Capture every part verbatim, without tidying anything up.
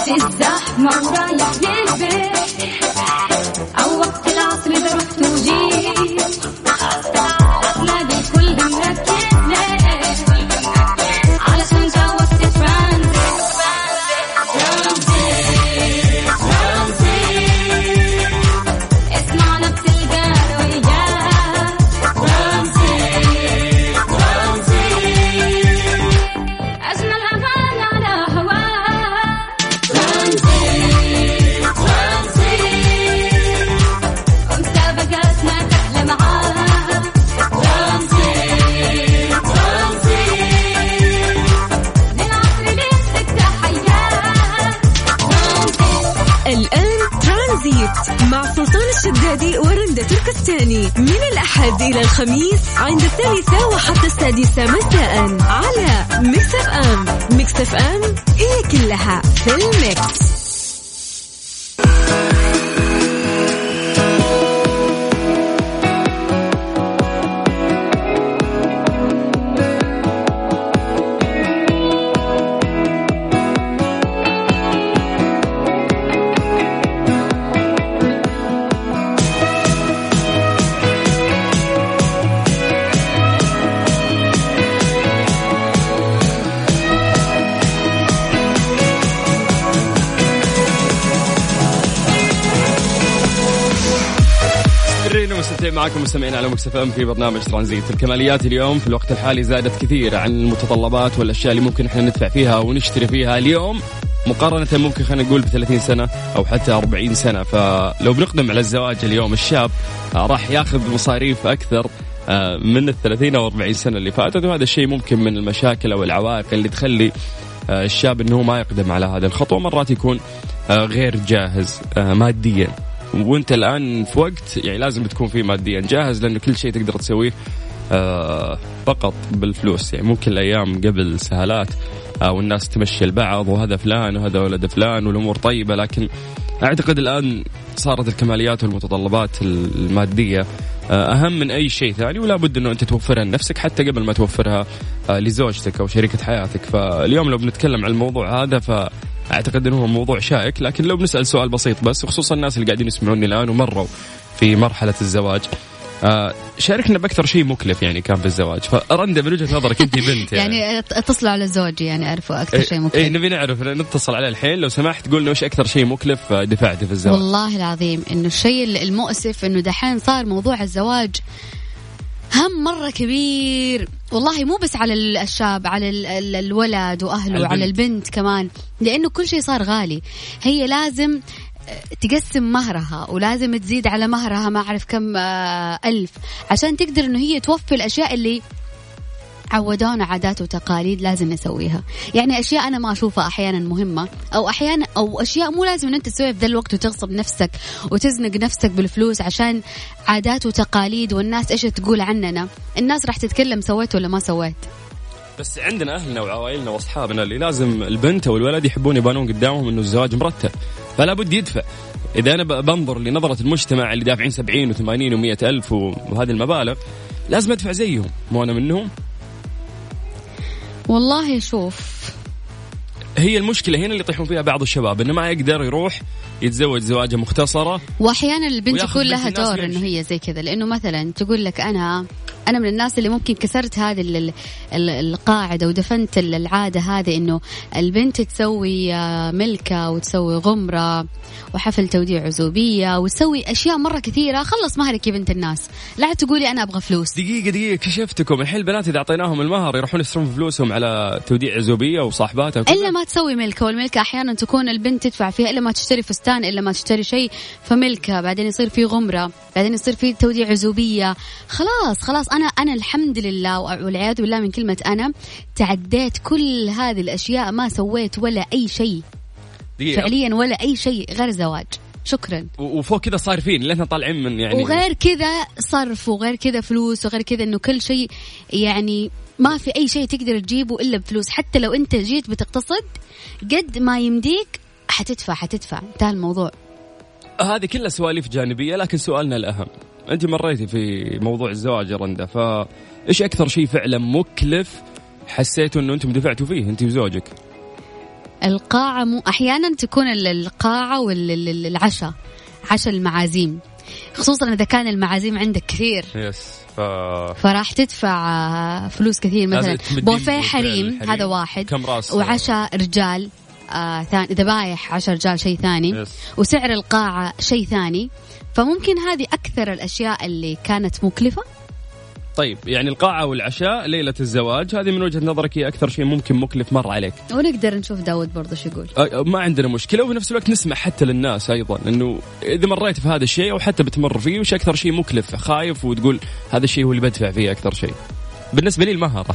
في الزحمة ورايح للبيت أو وقت العصر إذا رحت وجيت أغلب الكل مركز ليه علشان جوزت ترانزيت ترانزيت ترانزيت اسمعنا بتلقانا وياك ترانزيت ترانزيت أجمل أمان على هواك ترانزيت ترانزيت ومسابقاتنا تحلى معاك ترانزيت ترانزيت للعصر ليلتك تحياك ترانزيت. الآن ترانزيت مع سلطان الشدادي ورندة تركستاني من الأحد إلى الخميس عند الثالثة وحتى السادسة مساء على ميكس اف ام. ميكس اف ام هي كلها في الميكس. معكم مستمعين على مكس اف ام في برنامج ترانزيت. الكماليات اليوم في الوقت الحالي زادت كثير عن المتطلبات والأشياء اللي ممكن احنا ندفع فيها ونشتري فيها اليوم مقارنة ممكن خلينا نقول بثلاثين سنة أو حتى أربعين سنة. فلو بنقدم على الزواج اليوم الشاب راح ياخذ مصاريف أكثر من الثلاثين أو أربعين سنة اللي فاتت، وهذا الشيء ممكن من المشاكل أو العوائق اللي تخلي الشاب إنه ما يقدم على هذا الخطوة. مرات يكون غير جاهز ماديا، وانت الآن في وقت يعني لازم تكون فيه ماديا جاهز، لأنه كل شيء تقدر تسويه آه فقط بالفلوس. يعني ممكن الأيام قبل سهالات آه والناس تمشي البعض وهذا فلان وهذا ولد فلان والأمور طيبة، لكن أعتقد الآن صارت الكماليات والمتطلبات المادية آه أهم من أي شيء ثاني، ولا بد أنه أنت توفرها لنفسك حتى قبل ما توفرها آه لزوجتك أو شريكة حياتك. فاليوم لو بنتكلم عن الموضوع هذا ف أعتقد أنه هو موضوع شائك، لكن لو بنسأل سؤال بسيط بس، وخصوصا الناس اللي قاعدين يسمعوني الآن ومروا في مرحلة الزواج، آه شاركنا بأكثر شيء مكلف يعني كان في الزواج. فرندة من وجهة نظرك أنت بنت يعني, يعني اتصلوا على زوجي يعني أعرفوا أكثر شيء مكلف. إيه نبي نعرف، نتصل عليه الحين لو سمحت، قولنا وش أكثر شيء مكلف دفعته في الزواج. والله العظيم إنه الشيء المؤسف إنه دحين صار موضوع الزواج هم مرة كبير والله، مو بس على الشاب، على الولد وأهله وعلى البنت كمان، لأنه كل شيء صار غالي. هي لازم تقسم مهرها ولازم تزيد على مهرها ما أعرف كم ألف عشان تقدر إنه هي توفي الأشياء اللي عودونا عادات وتقاليد لازم نسويها. يعني أشياء أنا ما أشوفها أحيانا مهمة، أو أحيانا أو أشياء مو لازم أن أنت تسويها في ذا الوقت وتغصب نفسك وتزنق نفسك بالفلوس عشان عادات وتقاليد والناس إيش تقول عننا. الناس راح تتكلم سويت ولا ما سويت. بس عندنا أهلنا وعوائلنا وأصحابنا اللي لازم البنت أو الولد يحبون يبانون قدامهم إنه الزواج مرتب، فلا بد يدفع. إذا أنا بنظر لنظرة المجتمع اللي دافعين سبعين وثمانين ومية ألف وهذه المبالغ، لازم أدفع زيهم، مو أنا منهم. والله شوف، هي المشكلة هنا اللي يطيحون فيها بعض الشباب، إنه ما يقدر يروح يتزوج زواجة مختصرة، وأحيانا البنت يكون لها دور إنه هي زي كذا، لأنه مثلا تقول لك أنا أنا من الناس اللي ممكن كسرت هذه القاعدة ودفنت العادة هذه، إنه البنت تسوي ملكة وتسوي غمرة وحفل توديع عزوبية وتسوي أشياء مرة كثيرة. خلص مهرك يا بنت الناس، لا تقولي أنا أبغى فلوس. دقيقة دقيقة كشفتكم الحين البنات إذا أعطيناهم المهر يروحون يصرفون فلوسهم على توديع عزوبية وصاحباتها، إلا ما تسوي ملكة. والملكة أحيانا تكون البنت تدفع فيها، إلا ما تشتري فستان، إلا ما تشتري شيء فملكة، بعدين يصير في غمرة، بعدين يصير في توديع عزوبية. خلاص خلاص أنا أنا الحمد لله والعياذ بالله من كلمة أنا تعديت كل هذه الأشياء، ما سويت ولا أي شيء فعليا، ولا أي شيء غير زواج. شكرا. وفوق كذا صارفين لأننا طالعين من يعني، وغير كذا صرف، وغير كذا فلوس، وغير كذا إنه كل شيء يعني ما في أي شيء تقدر تجيبه إلا بفلوس. حتى لو أنت جيت بتقتصد قد ما يمديك حتدفع حتدفع انتهى الموضوع. هذه كلها سواليف جانبية، لكن سؤالنا الأهم، أنت مريتي في موضوع الزواج يا رندا، فإيش أكثر شيء فعلا مكلف حسيتوا أنه أنتم دفعتوا فيه أنت وزوجك؟ القاعة مو أحيانا تكون ال- القاعة والعشاء، عشاء المعازيم، خصوصا إذا كان المعازيم عندك كثير. يس ف... فراح تدفع آه، فلوس كثير، مثلا لازم تمدين بوفيه بوفيه حريم الحريم. هذا واحد، كم راس؟ وعشاء رجال آه ثاني، ذبايح عشر رجال شيء ثاني، يس. وسعر القاعة شيء ثاني. فممكن هذه أكثر الأشياء اللي كانت مكلفة. طيب يعني القاعة والعشاء ليلة الزواج هذه من وجهة نظرك هي أكثر شيء ممكن مكلف مر عليك. ونقدر نشوف داود برضه شو يقول. أه، ما عندنا مشكلة، وفي نفس الوقت نسمع حتى للناس أيضا أنه إذا مريت في هذا الشيء أو حتى بتمر فيه وش أكثر شيء مكلف خايف وتقول هذا الشيء هو اللي بدفع فيه أكثر شيء. بالنسبة لي المهر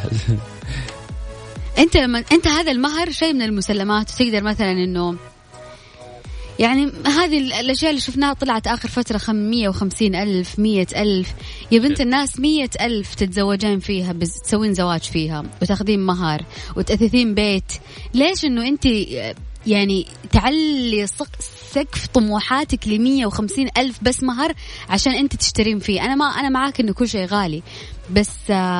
أنت لما أنت هذا المهر شيء من المسلمات، وتقدر مثلا إنه يعني هذه الأشياء اللي شفناها طلعت آخر فترة خمسمية وخمسين ألف، مية ألف. يا بنت الناس مية ألف تتزوجين فيها، بس تسوين زواج فيها وتاخذين مهر وتأثثين بيت. ليش إنه أنت يعني تعلي سقف طموحاتك لمية وخمسين ألف بس مهر عشان أنت تشترين فيه؟ أنا ما أنا معاك إنه كل شيء غالي، بس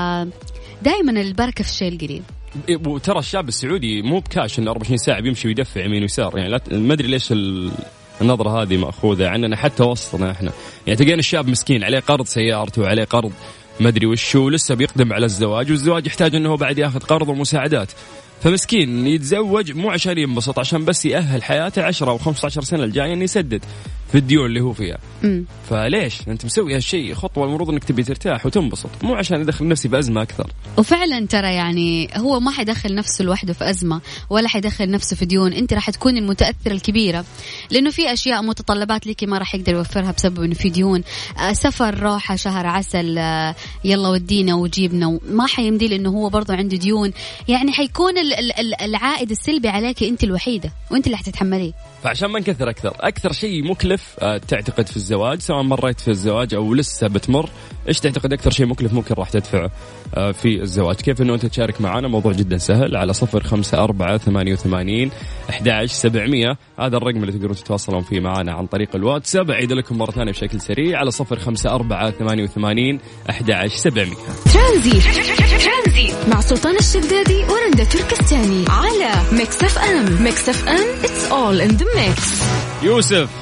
دائما البركة في الشيء القليل. وترى الشاب السعودي مو بكاش انه أربعة وعشرين ساعة بيمشي ويدفع يمين ويسار، يعني لا ما ادري ليش النظرة هذه مأخوذة عننا حتى وسطنا احنا. يعني تلقين الشاب مسكين عليه قرض سيارته وعليه قرض ما ادري وش، ولسه بيقدم على الزواج، والزواج يحتاج انه بعد ياخذ قرض ومساعدات. فمسكين يتزوج مو عشان ينبسط، عشان بس يأهل حياته عشرة أو خمسة عشر سنة الجاية انه يسدد في الديون اللي هو فيها. م. فليش انت مسوي هالشيء خطوة المفروض انك تبي ترتاح وتنبسط، مو عشان ادخل نفسي بأزمة اكثر. وفعلا ترى يعني هو ما حيدخل نفسه لوحده في أزمة ولا حيدخل نفسه في ديون، انت راح تكون المتأثرة الكبيرة، لانه في اشياء متطلبات لك ما راح يقدر يوفرها بسبب انه في ديون. آه سفر روحه شهر عسل، آه يلا ودينا وجيبنا، ما حيمدي لانه هو برضو عنده ديون. يعني حيكون ال- ال- العائد السلبي عليك انت الوحيدة، وانت اللي حتتحمليه. فعشان ما نكثر أكثر، أكثر شيء مكلف أه تعتقد في الزواج، سواء مريت في الزواج أو لسه بتمر، إيش تعتقد أكثر شيء مكلف ممكن راح تدفعه أه في الزواج؟ كيف إنه أنت تشارك معنا؟ موضوع جدا سهل، على صفر خمسة أربعة ثمانية وثمانين أحد عشر سبعمية، هذا الرقم اللي تقدرون تتواصلون فيه معنا عن طريق الواتساب. أعيد لكم مرة ثانية بشكل سريع، على صفر خمسة أربعة ثمانية وثمانين أحد عشر سبعمية. ترانزيت مع سلطان الشدادي ورندا تركستاني على ميكس اف ام. ميكس اف ام it's all in the mix. يوسف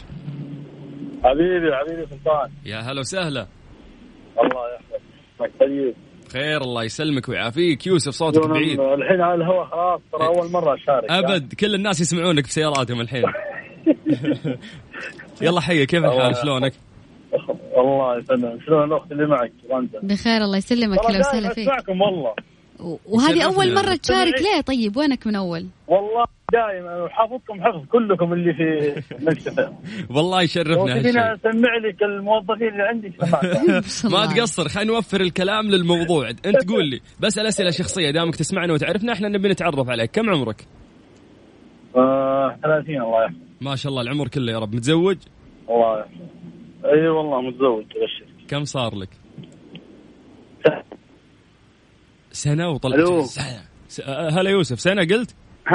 حبيبي حبيبي سلطان، يا هلا وسهلا. الله يحفظك. طيب خير الله يسلمك ويعافيك. يوسف صوتك بعيد الحين على الهواء خلاص، ترى أول مرة أشارك أبد، كل الناس يسمعونك بسياراتهم الحين. يلا حي، كيف الحال؟ شلونك؟ الله يسلمك. شلون الأخت اللي معك رندا؟ بخير الله يسلمك، لو سهلا فيك. أسمعكم والله. وهذه أول يشرفنا. مرة تشارك ليه؟ طيب وينك من أول؟ والله دائما حافظكم حفظ كلكم اللي في مكتب. والله يشرفنا وتبيني هالشيء. أسمع لك الموظفين اللي عندي سمعت. ما تقصر، خلينا نوفر الكلام للموضوع. انت قول لي بس الأسئلة شخصية، دامك تسمعنا وتعرفنا احنا نبي نتعرف عليك. كم عمرك؟ آه ثلاثين. الله يحفظك. ما شاء الله العمر كله يا رب. متزوج؟ الله يحفظك. أي والله متزوج. أبشرك. كم صار لك؟ سنة وطلعت ألو. سنة. س... هلا يوسف، سنة قلت؟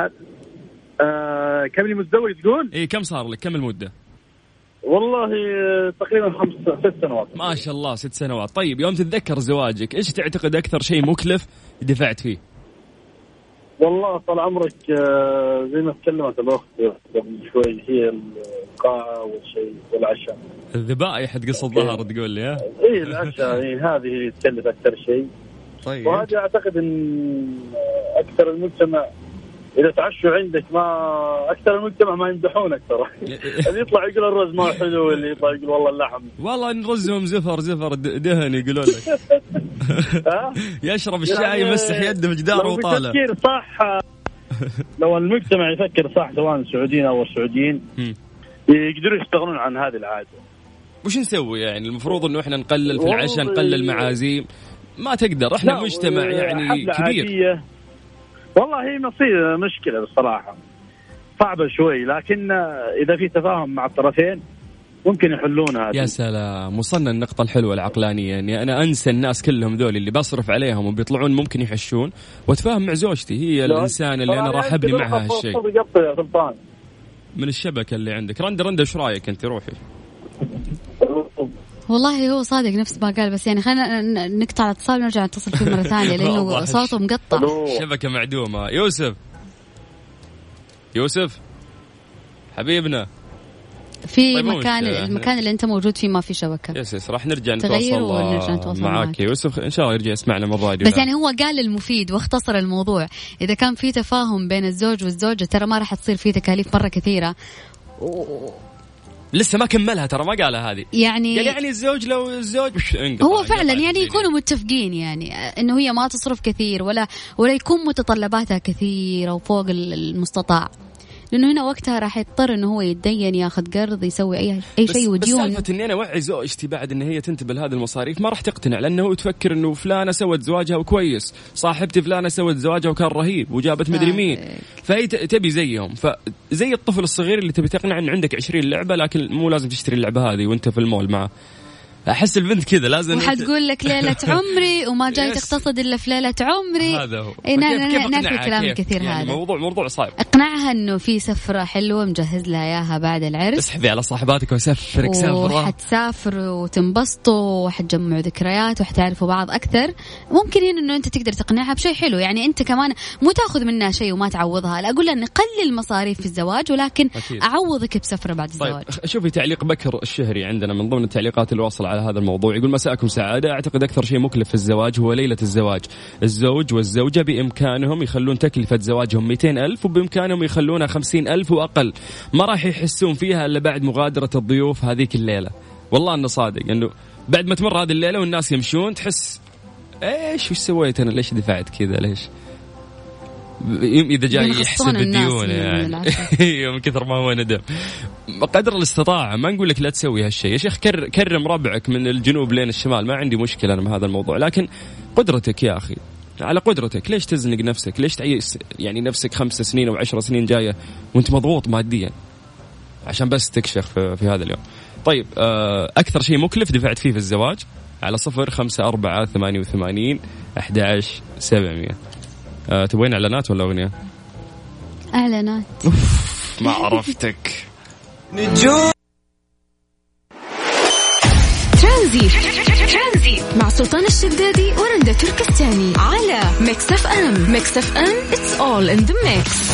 آه كم اللي متزوج تقول؟ ايه كم صار لك؟ كم المدة؟ والله تقريبا خمس ست سنوات. ما شاء الله ست سنوات. طيب يوم تتذكر زواجك ايش تعتقد اكثر شيء مكلف دفعت فيه؟ والله طال عمرك زي ما تكلمت الأخت قبل شوي، هي القاعة والشيء والعشاء. الذبائح تقص الظهر تقول لي ها؟ إيه العشاء، إيه هذه اللي تكلف أكثر شيء. طيب وهذا أعتقد إن أكثر المجتمع إذا تعشوا عندك ما أكثر المجتمع ما يمدحونك ترى. اللي يطلع يقول الرز ما حلو، اللي يطلع يقول والله اللحم والله نرزهم زفر زفر دهن يقولون لك. يشرب الشاي يمسح يده بجدار وطالع. تفكير صح. لو المجتمع يفكر صح سواء السعوديين أو السعوديين يقدروا يستغنون عن هذه العادة. وش نسوي يعني؟ المفروض إنه إحنا نقلل في العشاء، نقلل معازيم. ما تقدر، إحنا مجتمع يعني كبير. عادية. والله هي مصير مشكلة بصراحة صعبة شوي، لكن إذا في تفاهم مع الطرفين ممكن يحلونها. يا سلام، وصلنا النقطة الحلوة العقلانية. يعني أنا أنسى الناس كلهم ذول اللي بصرف عليهم وبيطلعون ممكن يحشون، وأتفاهم مع زوجتي، هي الإنسان اللي أنا راح أبني معها هالشيء. من الشبكة اللي عندك. رندا رندا إيش رأيك أنت؟ روحي. والله هو صادق نفس ما قال، بس يعني خلينا نقطع الاتصال ونرجع نتصل فيه مرة ثانية لأنه صوته مقطع. شبكة معدومة. يوسف يوسف حبيبنا في طيب مكان المكان اللي انت موجود فيه ما في شبكه. يس يس راح نرجع تغير ونرجع نتواصل نتواصل معاك معك. يوسف ان شاء الله يرجع يسمعنا من الراديو. بس يعني هو قال المفيد واختصر الموضوع. اذا كان في تفاهم بين الزوج والزوجه ترى ما راح تصير في تكاليف مره كثيره. لسه ما كملها ترى ما قالها هذه يعني قال يعني الزوج لو الزوج هو فعلا يعني يكونوا متفقين يعني انه هي ما تصرف كثير ولا ولا يكون متطلباتها كثيره وفوق المستطاع. لأنه هنا وقتها راح يضطر إنه هو يتدين ياخذ قرض يسوي أي أي شيء وديون. بس سالفة إني أنا وعي زوجتي بعد إن هي تنتبه لهذه المصاريف ما راح تقتنع لأنه تفكر إنه فلانة سوت زواجها وكويس صاحبتي فلانة سوت زواجها وكان رهيب وجابت مدري مين فهي تبي زيهم. فزي الطفل الصغير اللي تبي تقنع إن عندك عشرين لعبة لكن مو لازم تشتري اللعبة هذه وأنت في المول معه. أحس البنت كذا لازم وحتقول لك ليلة عمري وما جاي تقتصد إلا في ليلة عمري. هذا هو. إيه نعرف الكلام الكثير يعني هذا. موضوع موضوع صعب. اقنعها إنه في سفرة حلوة مجهز لها إياها بعد العرس. اسحبي على صاحباتك وسفرك سفرة. وحتسافر وتنبسطوا وحتجمعوا ذكريات وحتعرفوا بعض أكثر. ممكن هنا إنه أنت تقدر تقنعها بشيء حلو يعني أنت كمان مو تأخذ منها شيء وما تعوضها. لا أقول لها نقلل المصاريف في الزواج ولكن أكيد. أعوضك بسفرة بعد الزواج. طيب شوفي تعليق بكر الشهري عندنا من ضمن التعليقات اللي واصل على هذا الموضوع يقول مساءكم سعادة. أعتقد أكثر شيء مكلف في الزواج هو ليلة الزواج. الزوج والزوجة بإمكانهم يخلون تكلفة زواجهم مئتين ألف وبإمكانهم يخلونها خمسين ألف وأقل. ما راح يحسون فيها إلا بعد مغادرة الضيوف هذيك الليلة. والله أنه صادق إنه بعد ما تمر هذه الليلة والناس يمشون تحس إيش وش سويت أنا ليش دفعت كذا ليش إذا جاي يحسب الديون يعني من كثر ما هو ندم. قدر الاستطاعة ما نقول لك لا تسوي هالشيء يا شيخ. كر كرم ربعك من الجنوب لين الشمال ما عندي مشكلة أنا بهذا الموضوع لكن قدرتك يا أخي على قدرتك. ليش تزنق نفسك ليش تعيس يعني نفسك خمس سنين أو عشر سنين جاية وانت مضغوط ماديا عشان بس تكشخ في, في هذا اليوم. طيب أكثر شيء مكلف دفعت فيه في الزواج على صفر خمسة أربعة ثمانية وثمانين أحد عشر سبعمية. أه تبغين إعلانات ولا أغنية؟ إعلانات. ما عرفتك. ترانزيت مع سلطان الشدادي ورندا تركستاني على ميكس اف ام. ميكس اف ام it's all in the mix.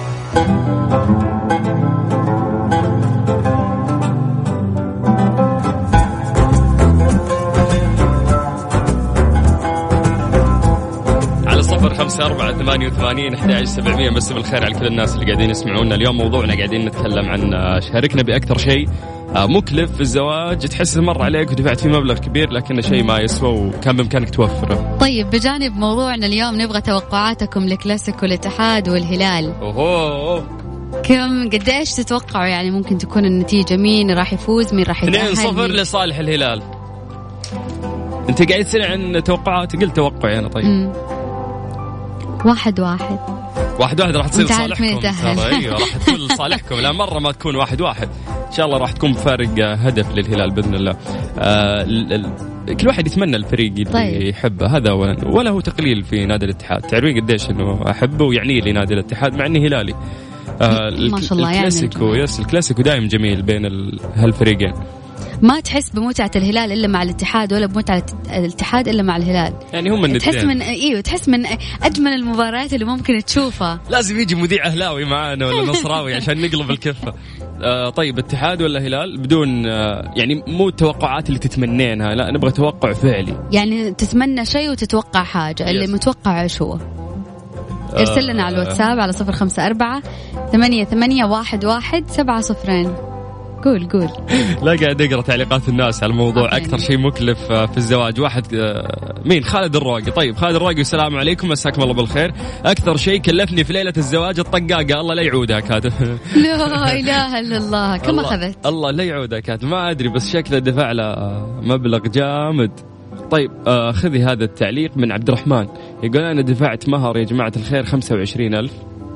صفر خمسة أربعة ثمانية وثمانين أحد عشر سبعمية. بس بالخير على كل الناس اللي قاعدين يسمعونا اليوم. موضوعنا قاعدين نتكلم عن شاركنا بأكثر شيء مكلف في الزواج تحس مر عليك ودفعت فيه مبلغ كبير لكنه شيء ما يسوى وكان بإمكانك توفره. طيب بجانب موضوعنا اليوم نبغى توقعاتكم لكلاسيكو الاتحاد والهلال. أوه كم قديش تتوقعوا يعني ممكن تكون النتيجة مين راح يفوز مين راح يتأهل؟ اثنين صفر لصالح الهلال. أنت قاعد تسأل عن توقعات قلت توقعي أنا. طيب مم. واحد واحد واحد واحد راح تصير صالحكم. أيوة راح تكون لصالحكم. لا مرة ما تكون واحد واحد إن شاء الله راح تكون بفارق هدف للهلال بإذن الله. آه ال ال كل واحد يتمنى الفريق اللي طيب. يحبه هذا ولا, ولا هو تقليل في نادي الاتحاد. تعرفين قديش إنه أحبه ويعني لي نادي الاتحاد مع إني هلالي. آه ما شاء الله الكلاسيكو يعني يس الكلاسيكو دائم جميل بين هالفريقين. ما تحس بمتعة الهلال إلا مع الاتحاد ولا بمتعة الاتحاد إلا مع الهلال. يعني هم النتين. تحس من إيوه تحس من أجمل المباريات اللي ممكن تشوفها. لازم يجي مذيع أهلاوي معانا ولا نصراوي عشان نقلب الكفة. آه طيب اتحاد ولا هلال بدون آه يعني مو التوقعات اللي تتمنينها لا نبغى توقع فعلي. يعني تتمنى شيء وتتوقع حاجة اللي متوقع إيش هو؟ ارسل لنا على الواتساب على صفر خمسة أربعة ثمانية ثمانية واحد واحد سبعة صفرين. قول قول. لا قاعد اقرا تعليقات الناس على الموضوع. اكثر شيء مكلف في الزواج واحد مين خالد الراقي. طيب خالد الراقي السلام عليكم مساكم الله بالخير. اكثر شيء كلفني في ليله الزواج الطقاقه الله لا يعودها كاتب. لا اله الا الله. كم اخذت؟ الله لا يعودها كاتب ما ادري بس شكله دفع له مبلغ جامد. طيب آه خذي هذا التعليق من عبد الرحمن يقول أنا دفعت مهر يا جماعة الخير خمسة وعشرين ألف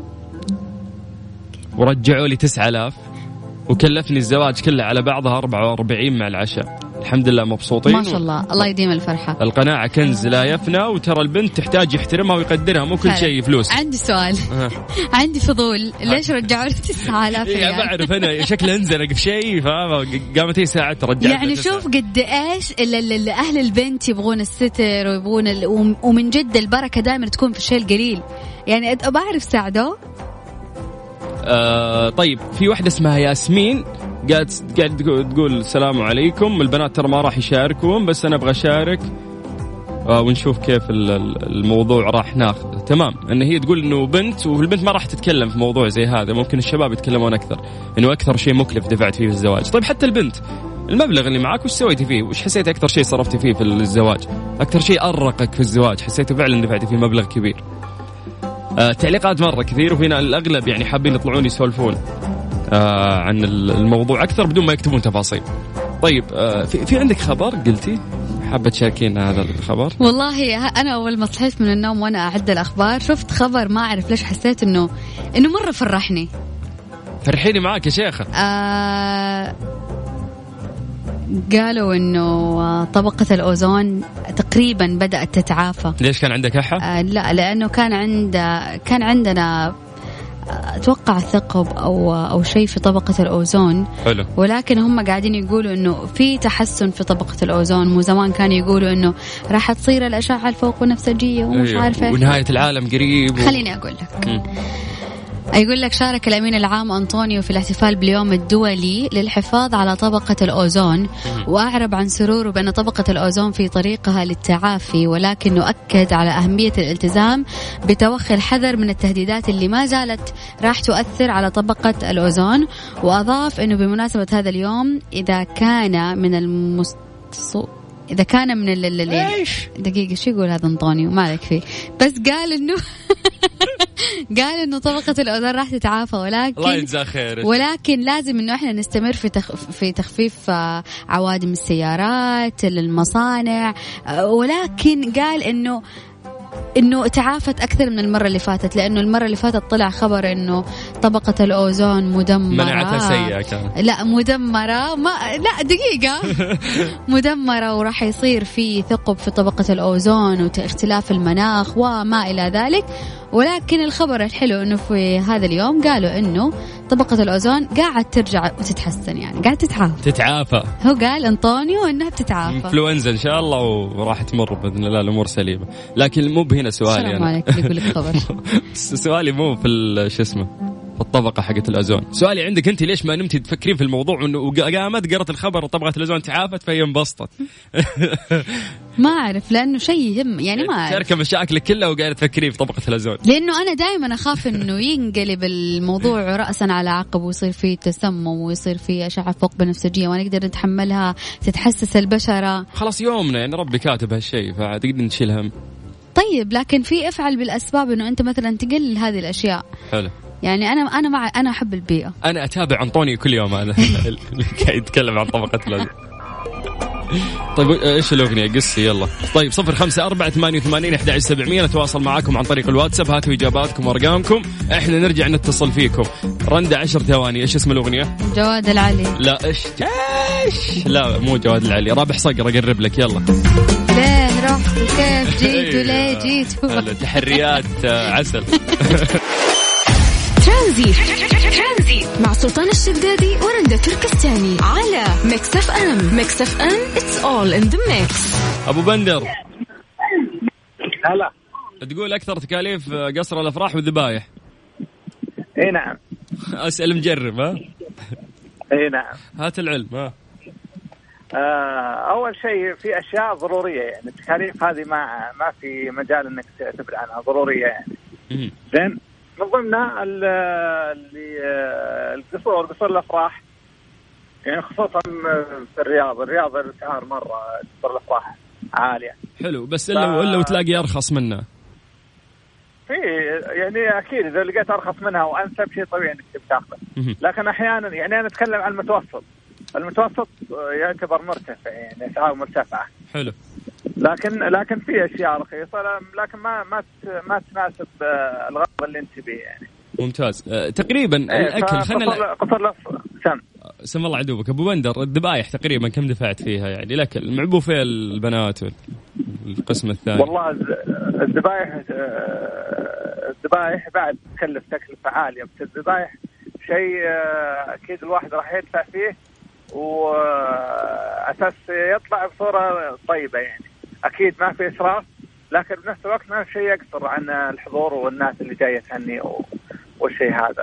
ورجعوا لي تسعة آلاف وكلفني الزواج كله على بعضها أربعة وأربعين مع العشاء. الحمد لله مبسوطين ما شاء الله. الله يديم الفرحة. القناعة كنز لا يفنى وترى البنت تحتاج يحترمها ويقدرها مو كل شيء فلوس. عندي سؤال عندي فضول ليش رجعوا لي تسعة آلاف ريال؟ بعرف أنا شكله انزلق في شيء فقامت هي ساعة ترجع يعني شوف قد إيش اللي أهل البنت يبغون الستر ويبغون ال... ومن جد البركة دائما تكون في الشيء القليل. يعني بعرف ساعده آه طيب في واحدة اسمها ياسمين قاعد قاعد تقول السلام عليكم، البنات ترى ما راح يشاركون بس أنا أبغى أشارك آه ونشوف كيف الموضوع راح ناخذ. تمام، أن هي تقول إنه بنت والبنت ما راح تتكلم في موضوع زي هذا، ممكن الشباب يتكلمون أكثر، إنه أكثر شيء مكلف دفعت فيه في الزواج. طيب حتى البنت المبلغ اللي معك وش سويتي فيه؟ وش حسيت أكثر شيء صرفتي فيه في الزواج؟ أكثر شيء أرقك في الزواج حسيته فعلا دفعتي فيه مبلغ كبير؟ آه تعليقات مرة كثير، وهنا الأغلب يعني حابين يطلعون يسولفون آه عن الموضوع أكثر بدون ما يكتبون تفاصيل. طيب آه في, في عندك خبر قلتي حابة تشاركين هذا الخبر؟ والله أنا أول ما صحيت من النوم وأنا أعد الأخبار شفت خبر ما أعرف ليش حسيت إنه إنه مرة فرحني. فرحيني معك يا شيخة. آه قالوا إنه طبقة الأوزون تقريبا بدأت تتعافى. ليش كان عندك أحا؟ آه لا، لأنه كان عند كان عندنا أتوقع ثقب أو أو شيء في طبقة الأوزون. حلو. ولكن هم قاعدين يقولوا إنه في تحسن في طبقة الأوزون، مو زمان كانوا يقولوا إنه راح تصير الأشعة الفوق بنفسجية ومش أيوه. عارفة ونهاية العالم قريب و... خليني أقول لك. م. يقول لك شارك الأمين العام أنطونيو في الاحتفال باليوم الدولي للحفاظ على طبقة الأوزون، وأعرب عن سروره بأن طبقة الأوزون في طريقها للتعافي، ولكنه أكد على أهمية الالتزام بتوخي الحذر من التهديدات اللي ما زالت راح تؤثر على طبقة الأوزون. وأضاف أنه بمناسبة هذا اليوم إذا كان من المست إذا كان من اللي دقيقة شو يقول هذا أنطونيو ما عليك فيه، بس قال إنه قال إنه طبقة الأوزون راح تتعافى، ولكن الله يجزاه خير، ولكن لازم إنه إحنا نستمر في تخ... في تخفيف عوادم السيارات للمصانع، ولكن قال إنه إنه تعافت أكثر من المرة اللي فاتت، لأنه المرة اللي فاتت طلع خبر إنه طبقة الأوزون مدمرة. مناعتها سيئة كانت. لا مدمرة ما لا دقيقة مدمرة، وراح يصير في ثقب في طبقة الأوزون واختلاف المناخ وما إلى ذلك. ولكن الخبر الحلو إنه في هذا اليوم قالوا إنه طبقة الأوزون قاعد ترجع وتتحسن، يعني قاعد تتعافى تتعافى. هو قال أنطونيو إنها بتتعافى، إنفلونزا إن شاء الله وراح تمر بإذن الله الأمور سليمة. لكن مو بهنا سؤالي أنا أنا يقول لك خبر سؤالي مو في شو اسمه في الطبقة حقت الأوزون، سؤالي عندك أنت ليش ما نمتي تفكرين في الموضوع وإنه قامت قرأت الخبر وطبقة الأوزون تعافت فهي انبسطت؟ ما أعرف، لأنه شيء يهم يعني ما أعرف. شاركة مشاكلك كلها وقاعدة تفكرين في طبقة الأوزون. لأنه أنا دائما أخاف إنه ينقلب الموضوع رأسا على عقب ويصير فيه تسمم ويصير فيه أشعة فوق بنفسجية وما نقدر نتحملها، تتحسس البشرة. خلاص يومنا يعني ربي كاتب هالشيء فتقدر نشيل هم. طيب لكن في افعل بالأسباب إنه أنت مثلا تقلل هذه الأشياء. حلو. يعني أنا أنا مع أنا أحب البيئة. أنا أتابع أنطونيو كل يوم هذا اللي قاعد يتكلم عن طبقة الأوزون. طيب إيش الأغنية قصي يلا. طيب صفر خمسة أربعة ثمانية وثمانين أحد عشر سبعمية نتواصل معكم عن طريق الواتساب، هاتوا إجاباتكم وأرقامكم إحنا نرجع نتصل فيكم. رندا عشر ثواني. إيش اسم الأغنية؟ جواد العلي. لا إيش إيش لا مو جواد العلي، رابح صقر أقرب لك يلا. ليه رحت وكيف جيت وليه جيت تحريات عسل. ترانزيت مع سلطان الشدادي ورندا تركستاني على ميكس اف ام. ميكس اف ام it's all in the mix. أبو بندر هلا، تقول أكثر تكاليف قصر الأفراح والذبايح؟ اي نعم. أسأل مجرب ها. اي نعم. هات العلم ها. آه اول شيء في اشياء ضروريه، يعني التكاليف هذه ما ما في مجال انك تعتبر عنها ضروريه يعني. زين من ضمنها اللي القصور قصور الافراح، يعني خصوصا في الرياض الرياض الاسعار مره قصور الافراح عاليه. حلو بس الا ف... الا تلاقي ارخص منها. في يعني اكيد اذا لقيت ارخص منها وانسب شيء طبيعي انك تاخذه، لكن احيانا يعني انا اتكلم عن المتوسط. المتوسط يعتبر مرتفع، يعني اسعار مرتفعه. حلو. لكن لكن في اشياء رخيصه لكن ما ما ما تناسب الغرض اللي انت بيه يعني. ممتاز. أه تقريبا الاكل خلينا قصر سم سم الله عدوبك ابو بندر. الذبايح تقريبا كم دفعت فيها يعني الاكل المعبو في البنات والقسم الثاني؟ والله الذبايح الذبايح بعد تكلف تكلفه عاليه، بس الذبايح شيء اكيد الواحد راح يدفع فيه وأساس يطلع بصورة طيبة يعني. أكيد ما في إسراف، لكن بنفس الوقت ما في شيء يقصر عن الحضور والناس اللي جاية تهني والشيء هذا.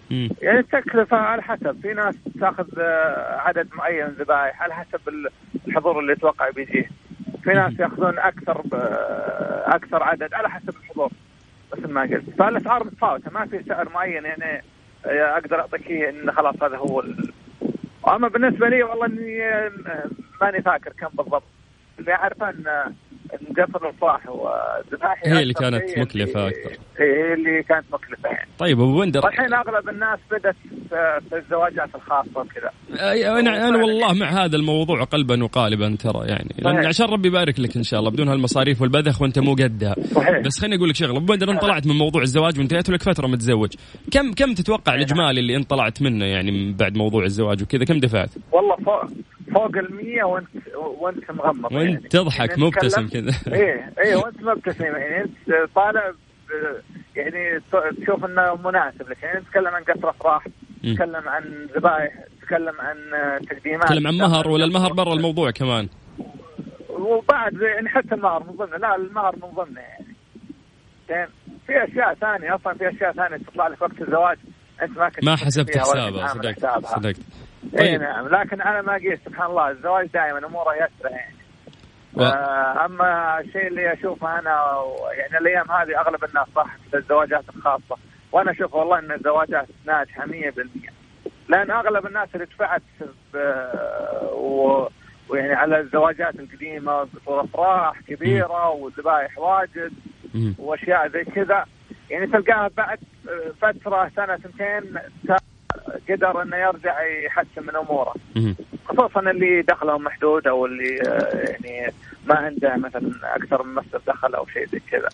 يعني التكلفة على حسب، في ناس تاخذ عدد معين ذبائح على حسب الحضور اللي يتوقع بيجيه، في ناس ياخذون أكثر أكثر عدد على حسب الحضور. مثل ما قلت فالأسعار متفاوتة، ما في سعر معين يعني أقدر أعطيك إن خلاص هذا هو ال... أما بالنسبة لي والله إني ماني فاكر كم بالضبط، اللي أعرفه أن مقصر الصاح وذبائح هي اللي كانت مكلفة أكثر، هي اللي كانت مكلفة يعني. طيب أبو بندر، الحين أغلب الناس بدأت في الزواجات الخاصة وكذا. أنا أنا والله مع هذا الموضوع قلبا وقالبا ترى يعني، لأن عشان ربي يبارك لك إن شاء الله بدون هالمصاريف والبذخ وأنت مو قدها. بس خليني أقول لك شغلة أبو بندر، أنت طلعت من موضوع الزواج وانتهيت لك فترة متزوج، كم كم تتوقع الإجمالي اللي أنت طلعت منه يعني بعد موضوع الزواج وكذا، كم دفعت؟ والله فوق فوق المية وانت وانت مغمض وانت يعني. تضحك يعني مبتسم كذا. ايه ايه وانت مبتسم يعني، انت طالع يعني تشوف انه مناسب لك يعني. نتكلم عن قصر افراح، نتكلم عن ذبائح، نتكلم عن تقديمات، نتكلم عن مهر، ولا المهر برا الموضوع كمان؟ وبعد يعني حتى المهر من ضمنه، لا المهر من ضمنه يعني. يعني في اشياء ثانيه، اصلا في اشياء ثانيه تطلع لك وقت الزواج انت ما كنت ما حسبت حسابها. صدقت صدقت. طيب. اي نعم، لكن انا ما قيس سبحان الله، الزواج دائما اموره يسرى يعني. و... آه اما الشيء اللي اشوفه انا يعني الايام هذه اغلب الناس صح في الزواجات الخاصه، وانا اشوف والله ان الزواجات ناجحه مية بالمية، لان اغلب الناس اللي دفعت و... ويعني على الزواجات القديمه بصوره افراح كبيره وذبائح واجد واشياء زي كذا، يعني تلقاها بعد فتره سنه سنتين قدر انه يرجع يحسن من اموره، خصوصا اللي دخلهم محدود او اللي يعني ما عنده مثلا اكثر من مصدر دخل او شيء زي كذا.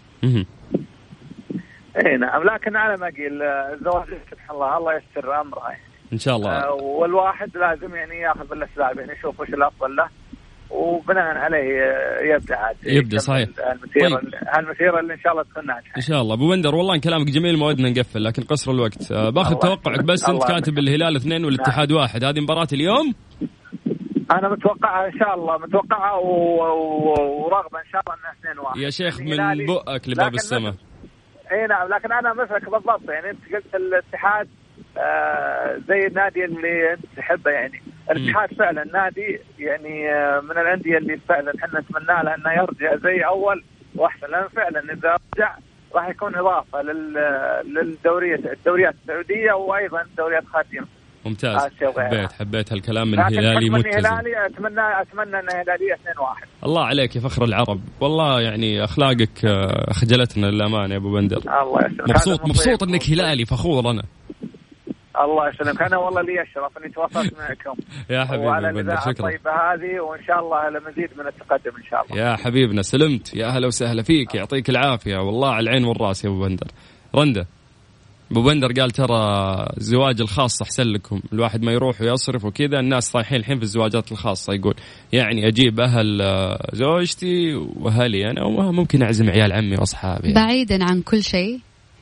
اي نعم، لكن على ما قيل الزواج سبحان الله الله يستر امره يعني. ان شاء الله. آه والواحد لازم يعني ياخذ بالاسباب، يعني يشوف وش الافضل له وبناء عليه يبدا عاد يبدا. صحيح. المسيره طيب. المسيره اللي ان شاء الله تكون ناجحه ان شاء الله. ابو بندر والله كلامك جميل، موعدنا نقفل لكن قصر الوقت. باخذ توقعك بس، انت كاتب الهلال اثنين والاتحاد نعم. واحد، هذه مباراه اليوم انا متوقعها ان شاء الله، متوقعها ورغبه ان شاء الله انها اثنين واحد يا شيخ من بؤك لباب السماء. اي نعم، لكن انا مثلك بالضبط يعني، انت قلت الاتحاد آه زي النادي اللي انت تحبه يعني. الاتحاد فعلا نادي يعني آه من الانديه اللي فعلا احنا نتمنى له انه يرجع زي اول واحسن، لان فعلا اذا رجع راح يكون اضافه لل للدوريات الدوريات السعوديه وايضا دوريات خارجيه. ممتاز. حبيت حبيت هالكلام من هلالي متزن. هلالي اتمنى اتمنى ان هلاليه اثنين واحد. الله عليك يا فخر العرب، والله يعني اخلاقك خجلتنا للامانه يا ابو بندر. الله يسلمك. مبسوط مبسوط انك هلالي، فخور انا. الله يسلمك، انا والله لي الشرف اني تواصلت معكم يا حبيبي وعلى بندر. شكرا الطيبه هذه، وان شاء الله لمزيد من التقدم ان شاء الله. يا حبيبنا سلمت، يا اهلا وسهلا فيك، يعطيك العافيه والله على العين والراس يا ابو بندر. رنده ابو بندر قال ترى الزواج الخاص احسن لكم، الواحد ما يروح ويصرف وكذا، الناس صايحين الحين في الزواجات الخاصه، يقول يعني اجيب اهل زوجتي واهلي انا وممكن اعزم عيال عمي واصحابي. بعيدا عن كل شيء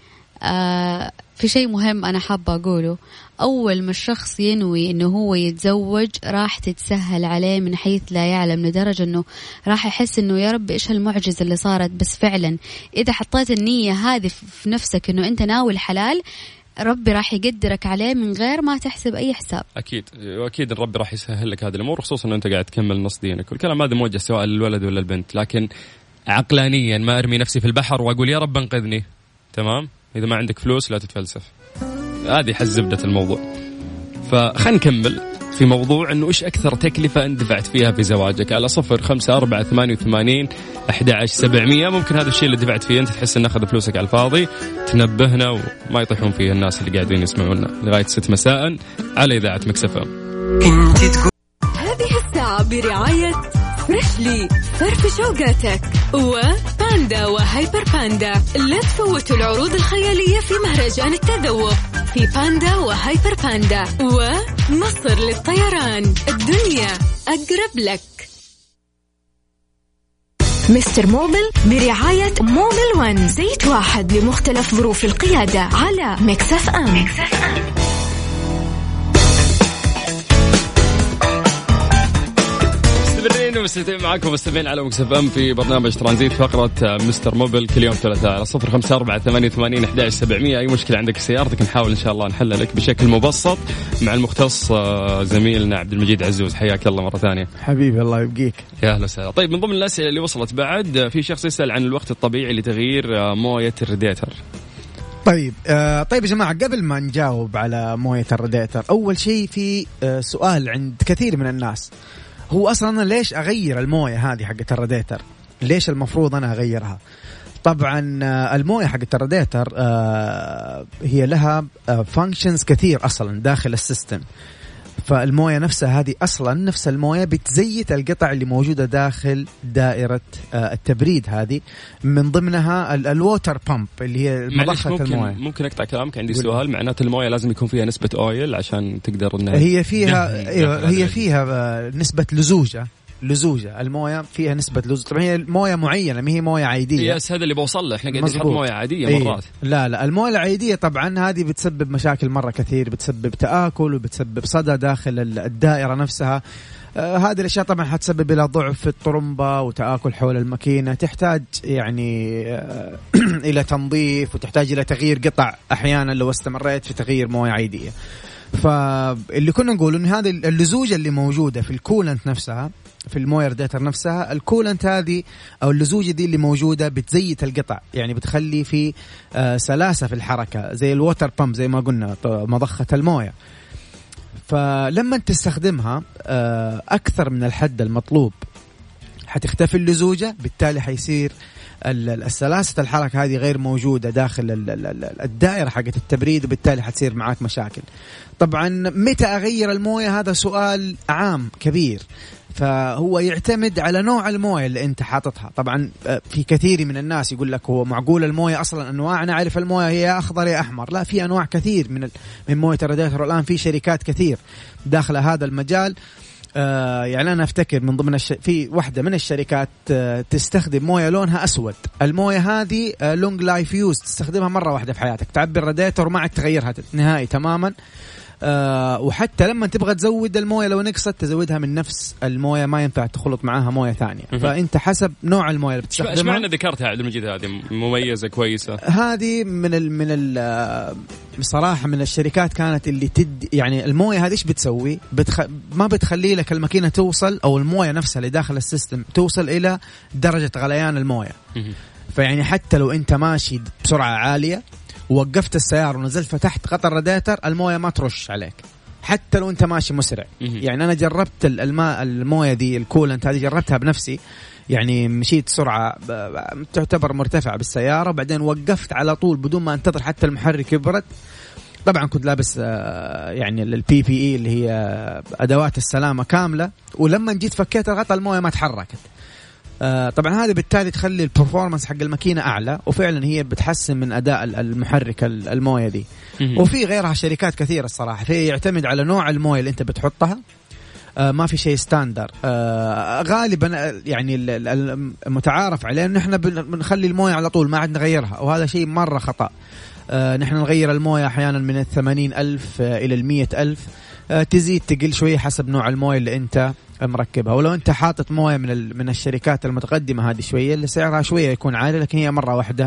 آه في شيء مهم أنا حابة أقوله. أول ما الشخص ينوي إنه هو يتزوج راح تتسهل عليه من حيث لا يعلم، لدرجة إنه راح يحس إنه يا رب إيش هالمعجزة اللي صارت. بس فعلا إذا حطيت النية هذه في نفسك إنه أنت ناوي الحلال، ربي راح يقدرك عليه من غير ما تحسب أي حساب. أكيد وأكيد الرب راح يسهل لك هذه الأمور، خصوصا إنه أنت قاعد تكمل نص دينك. والكلام هذا موجه سواء للولد ولا البنت، لكن عقلانيا ما أرمي نفسي في البحر وأقول يا رب انقذني. تمام؟ إذا ما عندك فلوس لا تتفلسف، هذه حز زبدة الموضوع. فخلينا نكمل في موضوع إنه إيش أكثر تكلفة أنت دفعت فيها في زواجك، على صفر خمسة أربعة ثمانية وثمانين أحد عشر سبعمية. ممكن هذا الشيء اللي دفعت فيه أنت تحس إن أخذ فلوسك على الفاضي، تنبهنا وما يطيحون فيه الناس اللي قاعدين يسمعونا لغاية ست مساء على إذاعة ميكس إف إم. هذه الساعة برعاية فريشلي فرف شوقاتك وباندا وهايبر باندا. لا تفوتوا العروض الخيالية في مهرجان التذوق في باندا وهايبر باندا. ومصر للطيران، الدنيا أقرب لك. مستر موبل برعاية موبل ون، زيت واحد لمختلف ظروف القيادة على ميكس إف إم. مكملين ومستمتعين معاكم مستمعين على مكسف ام في برنامج ترانزيت فقرة مستر موبل كل يوم ثلاثاء على صفر خمسة أربعة ثمانية ثمانين أحد عشر سبعمية. أي مشكلة عندك في سيارتك نحاول إن شاء الله نحلها لك بشكل مبسط مع المختص زميلنا عبد المجيد عزوز. حياك الله مرة ثانية حبيبي، الله يبقيك. يا أهلا وسهلا. طيب من ضمن الأسئلة اللي وصلت بعد في شخص يسأل عن الوقت الطبيعي لتغيير موية الراديتر. طيب آه طيب يا جماعة، قبل ما نجاوب على موية الراديتر، أول شيء في آه سؤال عند كثير من الناس، هو أصلا أنا ليش أغير الموية هذه حقت الراديتر؟ ليش المفروض أنا أغيرها؟ طبعا آه الموية حقت الراديتر آه هي لها آه فانكشنز كثير أصلا داخل السيستم. فالموية نفسها هذه أصلا نفس الموية بتزيت القطع اللي موجودة داخل دائرة التبريد. هذه من ضمنها الووتر بامب اللي هي مضخة ممكن الموية. ممكن أقطع كلامك؟ عندي سؤال. معناته الموية لازم يكون فيها نسبة أويل عشان تقدر إنها هي فيها أيوة هي فيها نسبة لزوجة لزوجة المويه فيها نسبة لزوجة. طبعا هي مويه معينة، ما هي مويه عادية. يس هذا اللي بوصل له. احنا قاعدين نحط مويه عادية مرات. إيه. لا لا المويه العادية طبعا هذه بتسبب مشاكل مرة كثير، بتسبب تآكل وبتسبب صدى داخل الدائرة نفسها. آه هذه الأشياء طبعا حتسبب إلى ضعف في الطرمبة وتآكل حول الماكينة، تحتاج يعني آه إلى تنظيف وتحتاج إلى تغيير قطع أحيانا لو استمريت في تغيير مويه عادية. فاللي كنا نقول إن هذه اللزوجة اللي موجودة في الكولنت نفسها، في المويه راديتر نفسها، الكولنت هذه أو اللزوجة دي اللي موجودة بتزيت القطع، يعني بتخلي في آه سلاسة في الحركة زي الووتر بامب زي ما قلنا مضخة المويه. فلما تستخدمها آه أكثر من الحد المطلوب حتختفي اللزوجة، بالتالي حيصير السلاسة الحركة هذه غير موجودة داخل الدائرة حقت التبريد، وبالتالي حتصير معاك مشاكل. طبعا متى أغير الموية هذا سؤال عام كبير، فهو يعتمد على نوع الموية اللي انت حاططها. طبعا في كثير من الناس يقول لك هو معقول الموية اصلا انواع، انا اعرف الموية هي اخضر يا احمر. لا، في انواع كثير من من موية الراديتر، والان في شركات كثير داخل هذا المجال. آه يعني أنا أفتكر من ضمن الش... في واحدة من الشركات آه تستخدم موية لونها أسود. الموية هذه آه لونج لايف يوز، تستخدمها مرة واحدة في حياتك، تعبي الراديتر وما عاد تغيرها نهائي تماما. آه وحتى لما تبغى تزود الموية لو نقصت تزودها من نفس الموية، ما ينفع تخلط معاها موية ثانية. فأنت حسب نوع الموية اللي بتستخدمها. إيش معنى ذكرتها عبد المجيد هذه مميزة كويسة؟ هذه من ال من ال بصراحة من الشركات كانت اللي تد يعني الموية هذه إيش بتسوي؟ بتخ... ما بتخلي لك الماكينة توصل أو الموية نفسها اللي داخل السيستم توصل إلى درجة غليان الموية. فيعني حتى لو أنت ماشي بسرعة عالية ووقفت السيارة ونزلت فتحت غطا الراديتر، الموية ما ترش عليك حتى لو أنت ماشي مسرع. يعني أنا جربت الماء الموية دي الكولنت هذه جربتها بنفسي، يعني مشيت سرعة تعتبر مرتفعة بالسيارة وبعدين وقفت على طول بدون ما انتظر حتى المحرك يبرد. طبعا كنت لابس يعني البي بي اي اللي هي أدوات السلامة كاملة، ولما جيت فكيت الغطاء الموية ما تحركت. طبعا هذا بالتالي تخلي البرفورمانس حق الماكينة أعلى، وفعلا هي بتحسن من أداء المحرك الموية دي. وفي غيرها شركات كثيرة الصراحة، في يعتمد على نوع الموية اللي أنت بتحطها. آه ما في شيء ستاندر. آه غالبا يعني المتعارف عليه ان احنا بنخلي المويه على طول ما عاد نغيرها، وهذا شيء مره خطا. آه نحن نغير المويه احيانا من الثمانين ألف آه الى المية ألف، آه تزيد تقل شويه حسب نوع المويه اللي انت مركبها. ولو انت حاطط مويه من من الشركات المتقدمه هذه شويه اللي سعرها شويه يكون عالي، لكن هي مره واحده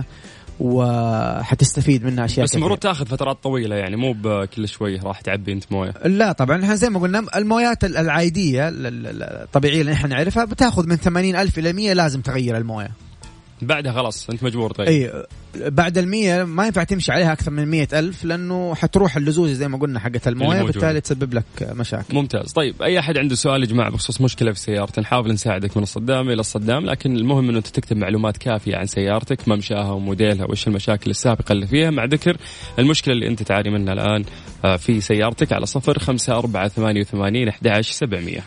وحتستفيد منها أشياء. بس المفروض تاخذ فترات طويلة، يعني مو بكل شوية راح تعبي أنت موية. لا طبعا احنا زي ما قلنا المويات العادية الطبيعية اللي احنا نعرفها بتاخذ من ثمانين ألف إلى مية لازم تغير الموية، بعدها خلاص أنت مجبور تغير. أي بعد المية ما ينفع تمشي عليها أكثر من مية ألف، لأنه حتروح اللزوجة زي ما قلنا حقة الموية، بالتالي تسبب لك مشاكل. ممتاز. طيب أي أحد عنده سؤال يا جماعة بخصوص مشكلة في سيارته نحاول نساعدك من الصدام إلى الصدام، لكن المهم أنه تكتب معلومات كافية عن سيارتك، ممشاها وموديلها وإيش المشاكل السابقة اللي فيها، مع ذكر المشكلة اللي أنت تعاني منها الآن في سيارتك على صفر خمسة أربعة ثمانية وثمانين أحد عشر سبعمية.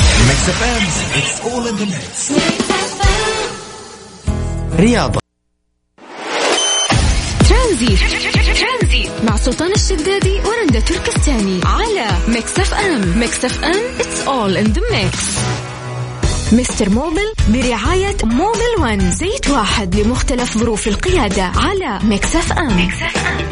رياضة ترانزيت مع سلطان الشدادي ورندا تركستاني على ميكس اف ام. ميكس اف ام it's all in the mix. مستر موبل برعاية موبل ون، زيت واحد لمختلف ظروف القيادة على ميكس اف ام. ميكس اف ام.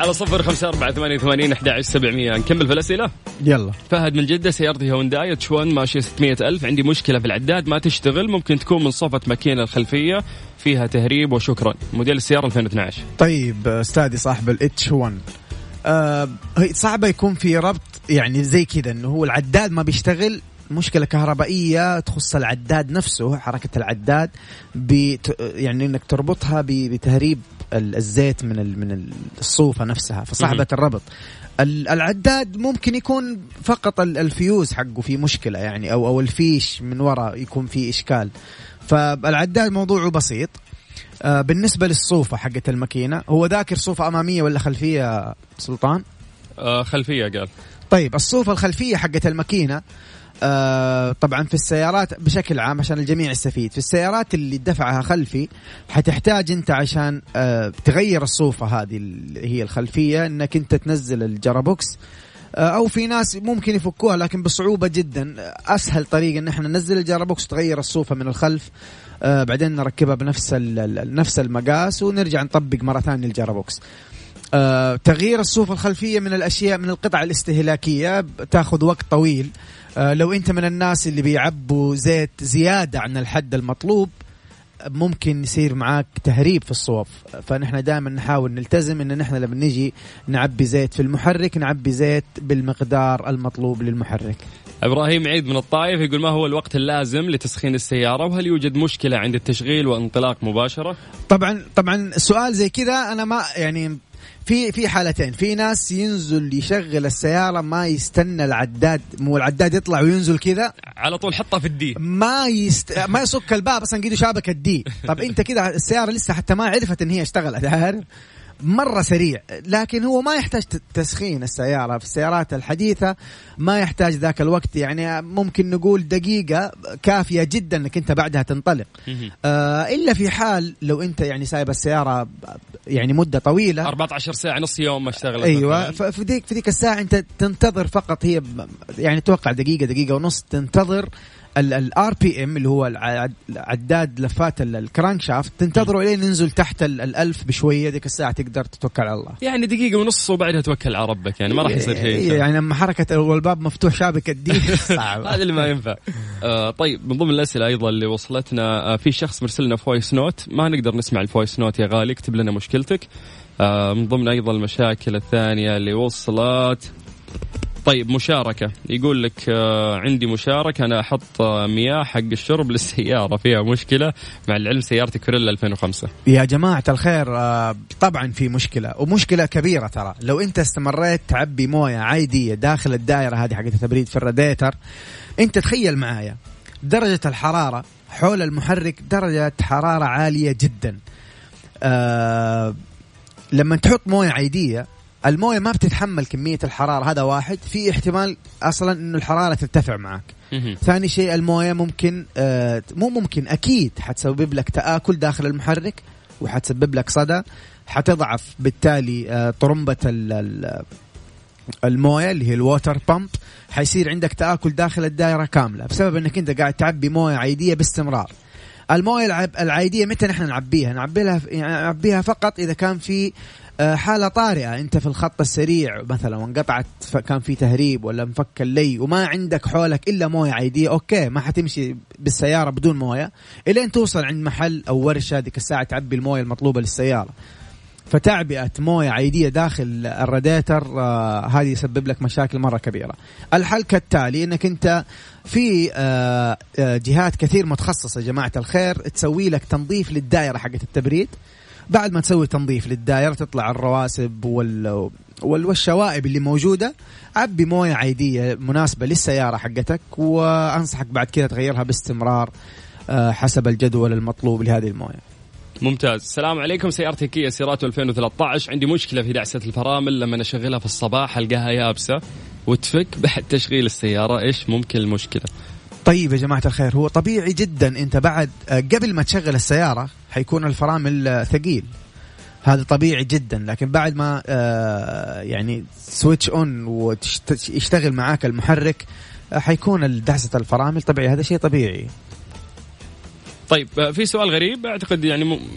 على صفر خمسة أربعة ثمانية ثمانين أحد عشر سبعمية. نكمل في الأسئلة. يلا. فهد من جدة، سيارتي هونداي اتش واحد ماشية ستمية ألف، عندي مشكلة في العداد ما تشتغل، ممكن تكون من صفة ماكينة الخلفية فيها تهريب، وشكرا. موديل السيارة ألفين واثني عشر. طيب أستاذي صاحب الاتش واحد، آه هي صعبة يكون في ربط يعني زي كذا إنه هو العداد ما بيشتغل، مشكلة كهربائية تخص العداد نفسه، حركة العداد بت يعني إنك تربطها بتهريب الزيت من من الصوفة نفسها، فصعبة الربط. العداد ممكن يكون فقط الفيوز حقه في مشكلة يعني، أو أو الفيش من وراء يكون فيه إشكال، فالعداد موضوعه بسيط. آه بالنسبة للصوفة حقة الماكينة، هو ذاكر صوفة أمامية ولا خلفية سلطان؟ آه خلفية قال. طيب الصوفة الخلفية حقة الماكينة آه طبعا في السيارات بشكل عام عشان الجميع يستفيد، في السيارات اللي دفعها خلفي حتحتاج انت عشان آه تغير الصوفة هذه اللي هي الخلفية انك انت تنزل الجرابوكس، آه او في ناس ممكن يفكوها لكن بصعوبة جدا. اسهل طريقة ان احنا ننزل الجرابوكس وتغير الصوفة من الخلف، آه بعدين نركبها بنفس نفس المقاس ونرجع نطبق مرة ثانية الجرابوكس. آه تغيير الصوفة الخلفية من الأشياء من القطع الاستهلاكية تأخذ وقت طويل. آه لو أنت من الناس اللي بيعبوا زيت زيادة عن الحد المطلوب ممكن يصير معاك تهريب في الصوف، فنحن دائما نحاول نلتزم إن نحن لما نجي نعبي زيت في المحرك نعبي زيت بالمقدار المطلوب للمحرك. إبراهيم عيد من الطائف يقول ما هو الوقت اللازم لتسخين السيارة، وهل يوجد مشكلة عند التشغيل وانطلاق مباشرة؟ طبعا طبعا سؤال زي كذا أنا ما يعني في في حالتين، في ناس ينزل يشغل السيارة ما يستنى العداد، مو العداد يطلع وينزل كذا على طول حطها في الدي، ما يست... ما يسك الباب اصلا قيده شابك الدي. طب انت كذا السيارة لسه حتى ما عرفت ان هي اشتغلت، عارف مرة سريع. لكن هو ما يحتاج تسخين السيارة، في السيارات الحديثة ما يحتاج ذاك الوقت، يعني ممكن نقول دقيقة كافية جدا انك انت بعدها تنطلق. آه الا في حال لو انت يعني سايب السيارة يعني مدة طويلة أربعة عشر ساعة نص يوم ما اشتغلت، ايوه في ذيك في ذيك الساعة انت تنتظر فقط، هي يعني توقع دقيقة دقيقة ونص تنتظر الار بي ام اللي هو العداد لفات الكرانك شافت، تنتظروا الين ينزل تحت الألف بشويه، ذيك الساعه تقدر تتوكل على الله. يعني دقيقه ونص وبعدها توكل على ربك، يعني ما راح يصير شيء. يعني لما حركه والباب مفتوح شابك الدين صعب. هذا اللي ما ينفع. آه طيب من ضمن الاسئله ايضا اللي وصلتنا، آه في شخص مرسل لنا فويس نوت، ما نقدر نسمع الفويس نوت يا غالي، اكتب لنا مشكلتك. آه من ضمن ايضا المشاكل الثانيه اللي وصلت، طيب مشاركة، يقول لك آه عندي مشاركة أنا أحط آه مياه حق الشرب للسيارة فيها مشكلة، مع العلم سيارتي كوريلا ألفين وخمسة. يا جماعة الخير آه طبعا في مشكلة ومشكلة كبيرة ترى. لو أنت استمريت تعبي موية عادية داخل الدائرة هذه حقت التبريد في الراديتر، أنت تخيل معايا درجة الحرارة حول المحرك درجة حرارة عالية جدا. آه لما تحط موية عادية المويه ما بتتحمل كمية الحرارة، هذا واحد. في احتمال أصلا إنه الحرارة ترتفع معك. ثاني شيء المويه ممكن آه مو ممكن أكيد حتسبب لك تآكل داخل المحرك وحتسبب لك صدى، حتضعف بالتالي آه طرمبة المويه اللي هي الووتر بامب، حيصير عندك تآكل داخل الدائرة كاملة بسبب إنك أنت قاعد تعبي مويه عادية باستمرار. المويه العادية متى نحن نعبيها؟ نعبيها يعني نعبيها فقط إذا كان في حالة طارئة، أنت في الخط السريع مثلا وانقطعت كان في تهريب ولا مفك اللي وما عندك حولك إلا موية عادية، أوكي ما حتمشي بالسيارة بدون موية إلين توصل عند محل أو ورشة، ديك الساعة تعبي الموية المطلوبة للسيارة. فتعبئة موية عادية داخل الراديتر آه هذه يسبب لك مشاكل مرة كبيرة. الحل كالتالي إنك أنت في آه آه جهات كثير متخصصة جماعة الخير تسوي لك تنظيف للدائرة حقت التبريد. بعد ما تسوي تنظيف للدائرة تطلع الرواسب وال... والشوائب اللي موجودة، عبي موية عادية مناسبة للسيارة حقتك، وأنصحك بعد كده تغيرها باستمرار حسب الجدول المطلوب لهذه الموية. ممتاز. السلام عليكم، سيارتي كيا سيراتو ألفين وثلاثة عشر، عندي مشكلة في دعسة الفرامل، لما أشغلها في الصباح ألقاها يابسة وتفك بعد تشغيل السيارة، إيش ممكن المشكلة؟ طيب يا جماعة الخير، هو طبيعي جدا أنت بعد قبل ما تشغل السيارة حيكون الفرامل ثقيل، هذا طبيعي جدا، لكن بعد ما يعني سويتش اون ويشتغل معاك المحرك حيكون دعسة الفرامل طبيعي، هذا شيء طبيعي. طيب في سؤال غريب أعتقد يعني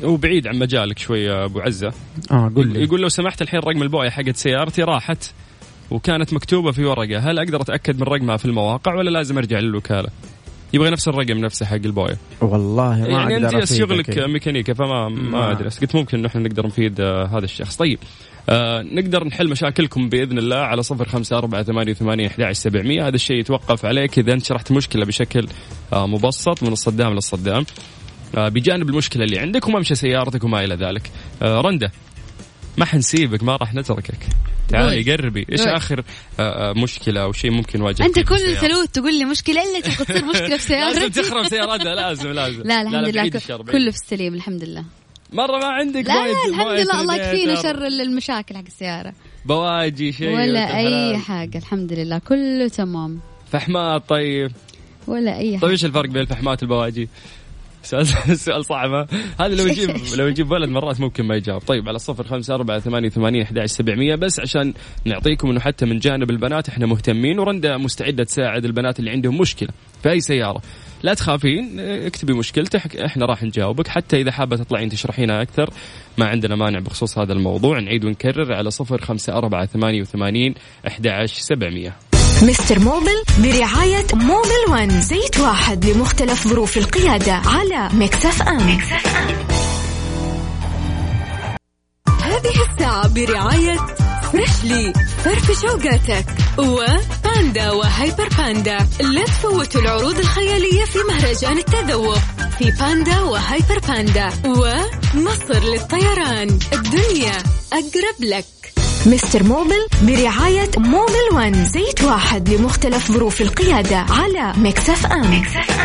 وبعيد عن مجالك شوية أبو عزة. آه قول لي. يقول لو سمحت الحين رقم البوية حقت سيارتي راحت وكانت مكتوبة في ورقة، هل أقدر أتأكد من رقمها في المواقع ولا لازم أرجع للوكالة؟ يبغى نفس الرقم نفسه حق البوية. والله ما يعني أقدر أنت شغلك ميكانيكا فما ما أدري، قلت ممكن إنه إحنا نقدر نفيد آه هذا الشخص. طيب آه نقدر نحل مشاكلكم بإذن الله على صفر خمسة أربعة ثمانية وثمانين أحد عشر سبعمية. هذا الشيء يتوقف عليك إذا أنت شرحت مشكلة بشكل آه مبسط من الصدام للصدام آه بجانب المشكلة اللي عندك وما مشى سيارتك وما إلى ذلك. آه رندة ما حنسيبك، ما راح نتركك، تعالي قربي. إيش آخر آه مشكلة أو شيء ممكن واجهتك؟ أنت كل ثلوث تقول لي مشكلة إلا تبغى تصير مشكلة في سيارتك. لازم تخرب سيارتها، لازم لازم. لا الحمد لله كله في السليم الحمد لله. مرة ما عندك لا الحمد لله، الله يكفينا شر المشاكل حق السيارة، بواجي شيء ولا أي حاجة الحمد لله كله تمام. فحمات طيب ولا أي حاجة. طيب إيش الفرق بين الفحمات والبواجي؟ سؤال سؤال صعب هذا. لو نجيب لو نجيب ولد مرات ممكن ما يجاوب. طيب على صفر خمسة أربعة ثمانية ثمانية أحد عشر سبعمية بس عشان نعطيكم إنه حتى من جانب البنات إحنا مهتمين، ورندا مستعدة تساعد البنات اللي عندهم مشكلة في أي سيارة. لا تخافين، اكتبي مشكلتك احنا راح نجاوبك، حتى إذا حابة تطلعين تشرحينها أكثر ما عندنا مانع بخصوص هذا الموضوع. نعيد ونكرر على صفر خمسة أربعة ثمانية وثمانين أحد عشر سبعمية. مستر موبل برعاية موبل ون، زيت واحد لمختلف ظروف القيادة على ميكس اف ام. هذه الساعة برعاية فريشلي، فرفش اوقاتك، وباندا وهايبر باندا. لا تفوتوا العروض الخيالية في مهرجان التذوق في باندا وهايبر باندا. ومصر للطيران، الدنيا أقرب لك. مستر موبل برعاية موبل ون، زيت واحد لمختلف ظروف القيادة على ميكس اف ام.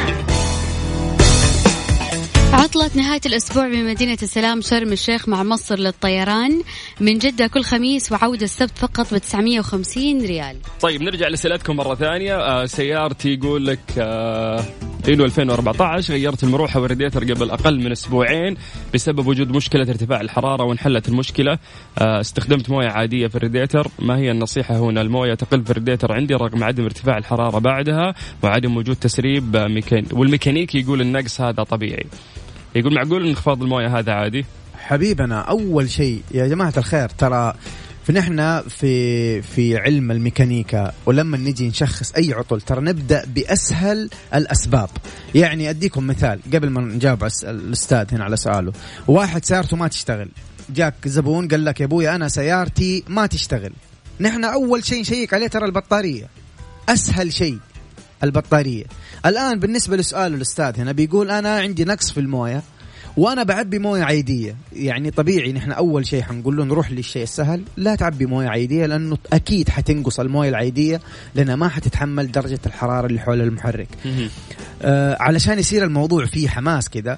عطلة نهاية الأسبوع بمدينة السلام شرم الشيخ مع مصر للطيران من جدة كل خميس، وعودة السبت فقط بتسعمية وخمسين ريال. طيب نرجع لسئلتكم مرة ثانية. آه سيارتي يقول لك آه إنه ألفين وأربعة عشر غيرت المروحة والراديتر قبل أقل من أسبوعين بسبب وجود مشكلة ارتفاع الحرارة، وانحلت المشكلة. آه استخدمت موية عادية في الراديتر. ما هي النصيحة هنا؟ الموية تقل في الراديتر عندي رغم عدم ارتفاع الحرارة بعدها وعدم وجود تسريب ميكاني، والميكانيكي يقول النقص هذا طبيعي. يقول معقول انخفاض الموية هذا عادي؟ حبيبنا أول شيء يا جماعة الخير، ترى فنحن في في علم الميكانيكا ولما نجي نشخص أي عطل ترى نبدأ بأسهل الأسباب. يعني أديكم مثال قبل ما نجاوب على الأستاذ هنا على سؤاله. واحد سيارته ما تشتغل، جاك زبون قال لك يا أبوي أنا سيارتي ما تشتغل. نحن أول شيء نشيك عليه ترى البطارية، أسهل شيء البطارية. الآن بالنسبة لسؤال الأستاذ هنا بيقول أنا عندي نقص في الموية وأنا بعبي موية عادية. يعني طبيعي نحن أول شيء حنقول له نروح للشيء السهل، لا تعبي موية عادية لأنه أكيد حتنقص الموية العادية لأنها ما حتتحمل درجة الحرارة اللي حول المحرك. آه علشان يصير الموضوع فيه حماس كده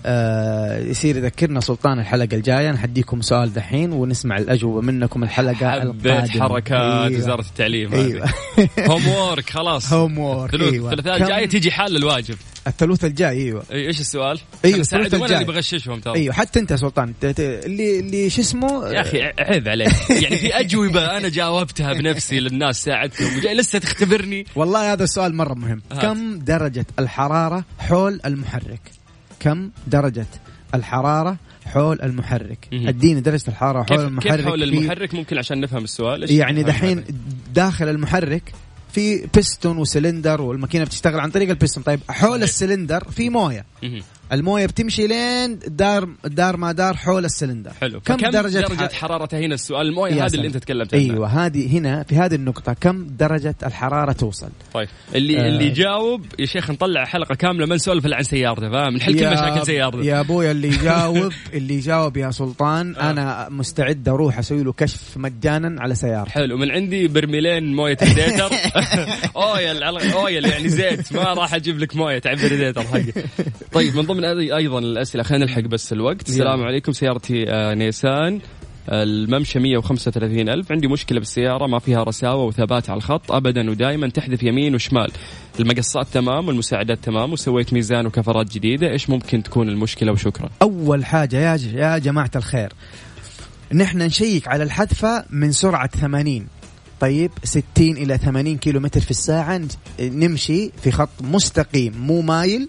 آه يصير يذكرنا سلطان الحلقة الجاية. نحديكم سؤال دحين ونسمع الأجوبة منكم الحلقة القادمة. حركات وزارة أيوة. التعليم أيوة. هوم وورك خلاص، هوم وورك. أيوة. الثلاثاء الجاي تيجي حال الواجب. الثلاث الجاي ايوه. ايش السؤال؟ ايوه الثلاث الجاي اللي بغششهم ترى. ايوه حتى انت يا سلطان اللي اللي شو اسمه يا اخي عيب عليك. يعني في اجوبه انا جاوبتها بنفسي للناس ساعدتهم وجاي لسه تختبرني. والله هذا السؤال مره مهم. هات. كم درجه الحراره حول المحرك؟ كم درجه الحراره حول المحرك؟ اديني درجه الحراره حول كيف المحرك. كيف حول المحرك ممكن عشان نفهم السؤال. يعني دحين داخل المحرك في بيستون وسلندر والماكينة بتشتغل عن طريق البيستون. طيب حول السلندر في موية، الموية بتمشي لين دار دار ما دار حول السلندر. حلو. كم درجة, درجة حرارة هنا السؤال؟ الموية هذه اللي انت تكلمت عنها. ايوه هذه هنا في هذه النقطة كم درجة الحرارة توصل. طيب اللي آه اللي جاوب يا شيخ نطلع حلقة كاملة ما نسولف عن سيارته، فاهم؟ نحل كل مشاكل سيارته يا ابويا. اللي جاوب اللي جاوب يا سلطان آه. انا مستعد اروح اسوي له كشف مجانا على سيارته. حلو. من عندي برميلين موية الراديتر. اويل اويل يعني زيت، ما راح اجيب لك موية تعبي الراديتر حقي. طيب من ضمن هذه ايضا الاسئله خلينا نلحق بس الوقت. السلام عليكم، سيارتي آه نيسان الممشى مية وخمسة وثلاثين ألف، عندي مشكلة بالسيارة ما فيها رساوة وثبات على الخط أبدا ودائما تحذف يمين وشمال، المقصات تمام والمساعدات تمام وسويت ميزان وكفرات جديدة، إيش ممكن تكون المشكلة وشكرا. أول حاجة يا يا جماعة الخير نحن نشيك على الحذفة من سرعة ثمانين، طيب ستين إلى ثمانين كيلو متر في الساعة، نمشي في خط مستقيم مو مايل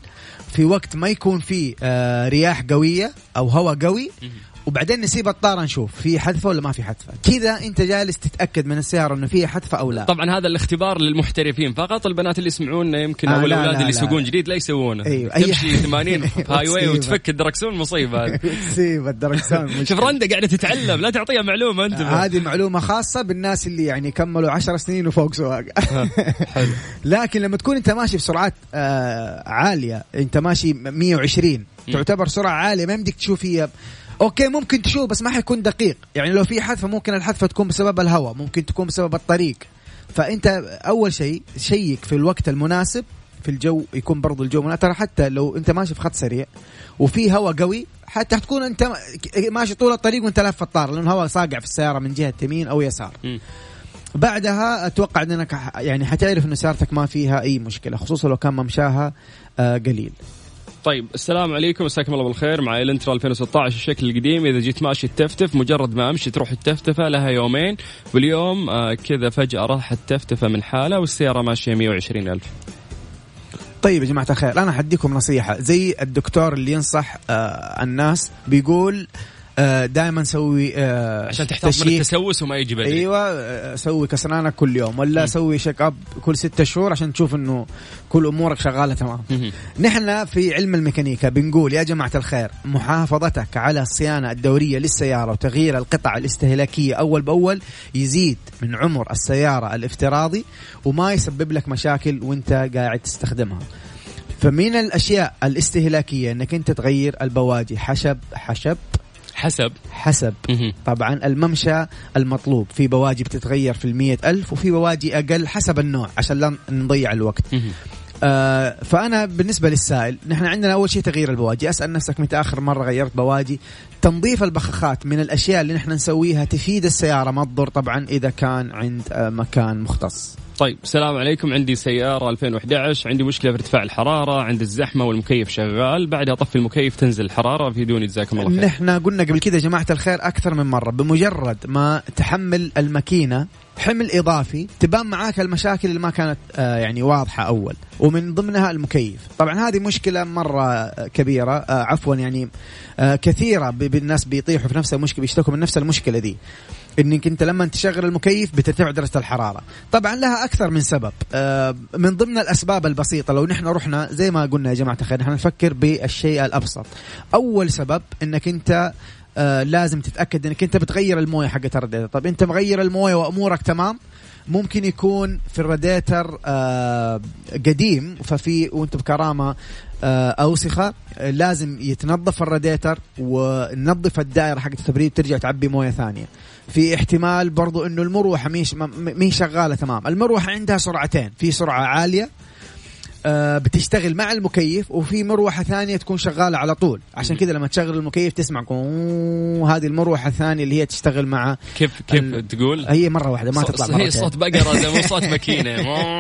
في وقت ما يكون فيه آه رياح قوية أو هواء قوي، وبعدين نسيب الطارة نشوف في حذفة ولا ما في حذفة. كذا أنت جالس تتأكد من السيارة إنه فيها حذفة أو لا. طبعا هذا الاختبار للمحترفين فقط، البنات اللي يسمعون يمكن آه أو لا الأولاد لا اللي لا يسوقون لا. جديد لا يسوونه. أيوة. تمشي ثمانين هاي واي وتسيبها. وتفك الدركسون مصيبة. تسيب الدركسون. شوف رندا قاعدة تتعلم، لا تعطيها معلومة أنت. هذه معلومة خاصة بالناس اللي يعني كملوا عشر سنين وفوق سواق. لكن لما تكون أنت ماشي بسرعات آه عالية، أنت ماشي مية وعشرين تعتبر سرعة عالية، ما يمديك تشوف هي اوكي ممكن تشوف بس ما حيكون دقيق. يعني لو في حذفة ممكن الحذفة تكون بسبب الهواء، ممكن تكون بسبب الطريق. فانت اول شيء شيك في الوقت المناسب، في الجو يكون برضو الجو مناسب. ترى حتى لو انت ماشي في خط سريع وفي هواء قوي، حتى تكون انت ماشي طول الطريق وانت لف الطار، لان الهواء صاقع في السيارة من جهة يمين او يسار. م. بعدها اتوقع انك يعني حتعرف انه سيارتك ما فيها اي مشكلة، خصوصا لو كان ممشاها آه قليل. طيب السلام عليكم، مساكم الله بالخير. معي الانترا ألفين وستة عشر الشكل القديم، اذا جيت ماشي التفتف مجرد ما امشي تروح التفتفه لها يومين، واليوم آه كذا فجأة راح التفتفه من حالة والسيارة ماشية مية وعشرين ألف. طيب يا جماعة الخير، أنا حديكم نصيحة زي الدكتور اللي ينصح آه الناس، بيقول آه دائما سوي آه عشان تحتاج من التسوس وما يجي بدري. ايوه آه سوي كسرانك كل يوم، ولا م. سوي شيك اب كل ستة شهور عشان تشوف انه كل امورك شغاله تمام. نحن في علم الميكانيكا بنقول يا جماعه الخير، محافظتك على الصيانه الدوريه للسياره وتغيير القطع الاستهلاكيه اول باول يزيد من عمر السياره الافتراضي وما يسبب لك مشاكل وانت قاعد تستخدمها. فمن الاشياء الاستهلاكيه انك انت تغير البواجي حسب حسب حسب حسب طبعا الممشى المطلوب. في بواجي بتتغير في المية ألف وفي بواجي أقل حسب النوع عشان لا نضيع الوقت. آه فأنا بالنسبة للسائل، نحن عندنا أول شيء تغيير البواجي. أسأل نفسك متى آخر مرة غيرت بواجي. تنظيف البخاخات من الأشياء اللي نحن نسويها تفيد السيارة، ما تضر طبعا إذا كان عند آه مكان مختص. طيب السلام عليكم، عندي سيارة ألفين وإحدى عشر، عندي مشكلة في ارتفاع الحرارة عند الزحمة والمكيف شغال، بعدها أطفي المكيف تنزل الحرارة في دوني، جزاكم الله خير. نحن قلنا قبل كده يا جماعة الخير أكثر من مرة، بمجرد ما تحمل الماكينة حمل إضافي تبان معاك المشاكل اللي ما كانت آه يعني واضحة أول، ومن ضمنها المكيف. طبعا هذه مشكلة مرة كبيرة آه عفوا يعني آه كثيرة بالناس بيطيحوا في نفس المشكلة، بيشتكوا من نفس المشكلة دي، انك انت لما تشغل المكيف بترتفع درجة الحرارة. طبعا لها اكثر من سبب. آه من ضمن الاسباب البسيطة لو نحن رحنا زي ما قلنا يا جماعة الخير، نحن نفكر بالشيء الابسط. اول سبب انك انت آه لازم تتأكد انك انت بتغير المويه حقت الراديتر. طب انت مغير المويه وامورك تمام، ممكن يكون في الراديتر آه قديم ففي وانت بكرامة آه أوسخة، آه لازم يتنظف الراديتر وننظف الدائرة حقت التبريد ترجع تعبي مويه ثانية. في احتمال برضو انه المروحة مش مش شغالة تمام. المروحة عندها سرعتين، في سرعة عالية آه بتشتغل مع المكيف، وفي مروحة ثانية تكون شغالة على طول. عشان كذا لما تشغل المكيف تسمع هذه المروحة الثانية اللي هي تشتغل مع كيف كيف ال... تقول هي مرة واحدة ما تطلع مرتين. هي صوت بقرة ده مو صوت ماكينة.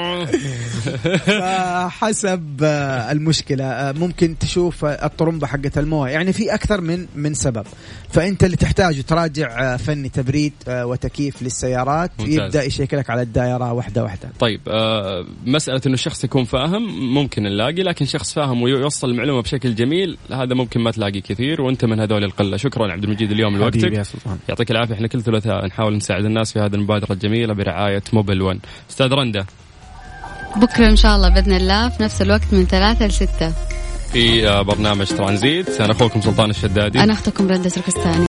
حسب المشكلة ممكن تشوف الطرمبة حقت المويه، يعني في أكثر من من سبب. فأنت اللي تحتاج تراجع فني تبريد وتكييف للسيارات، ممتاز. يبدأ يشيك لك على الدائرة واحدة واحدة. طيب آه مسألة إنه الشخص يكون فاهم ممكن نلاقي، لكن شخص فاهم ويوصل المعلومة بشكل جميل هذا ممكن ما تلاقي كثير، وأنت من هذول القلة. شكرا عبد المجيد اليوم لوقتك، يعطيك العافية. احنا كل ثلاثاء نحاول نساعد الناس في هذه المبادرة الجميلة برعاية موبل ون. أستاذ رندا، بكرة إن شاء الله بإذن الله في نفس الوقت من ثلاثة لستة في برنامج ترانزيت. أنا أخوكم سلطان الشدادي، أنا أختكم رندا تركستاني.